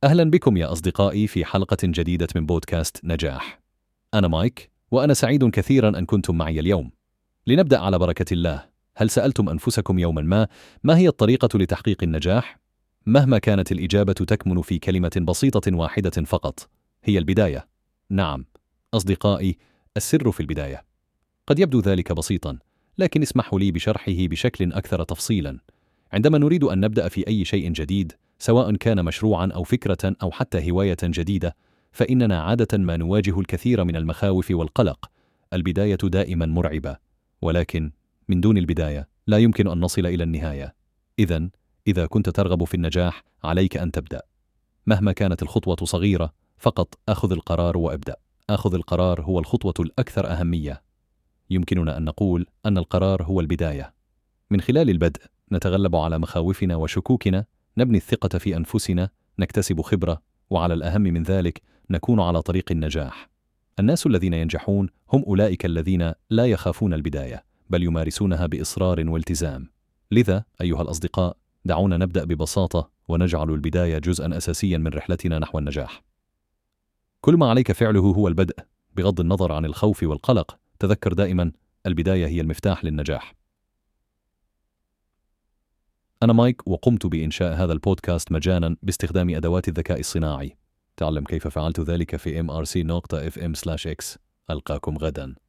أهلا بكم يا أصدقائي في حلقة جديدة من بودكاست نجاح. أنا مايك، وأنا سعيد كثيرا أن كنتم معي اليوم. لنبدأ على بركة الله. هل سألتم أنفسكم يوما ما هي الطريقة لتحقيق النجاح؟ مهما كانت الإجابة تكمن في كلمة بسيطة واحدة فقط، هي البداية. نعم أصدقائي، السر في البداية. قد يبدو ذلك بسيطا، لكن اسمحوا لي بشرحه بشكل أكثر تفصيلا. عندما نريد أن نبدأ في أي شيء جديد، سواء كان مشروعا أو فكرة أو حتى هواية جديدة، فإننا عادة ما نواجه الكثير من المخاوف والقلق. البداية دائما مرعبة، ولكن من دون البداية لا يمكن أن نصل إلى النهاية. إذا كنت ترغب في النجاح، عليك أن تبدأ. مهما كانت الخطوة صغيرة، فقط أخذ القرار وابدأ. أخذ القرار هو الخطوة الأكثر أهمية. يمكننا أن نقول أن القرار هو البداية. من خلال البدء نتغلب على مخاوفنا وشكوكنا، نبني الثقة في أنفسنا، نكتسب خبرة، وعلى الأهم من ذلك نكون على طريق النجاح. الناس الذين ينجحون هم أولئك الذين لا يخافون البداية، بل يمارسونها بإصرار والتزام. لذا أيها الأصدقاء، دعونا نبدأ ببساطة ونجعل البداية جزءا أساسيا من رحلتنا نحو النجاح. كل ما عليك فعله هو البدء، بغض النظر عن الخوف والقلق. تذكر دائما، البداية هي المفتاح للنجاح. أنا مايك، وقمت بإنشاء هذا البودكاست مجانا باستخدام أدوات الذكاء الصناعي. تعلم كيف فعلت ذلك في mrc.fm/x. ألقاكم غدا.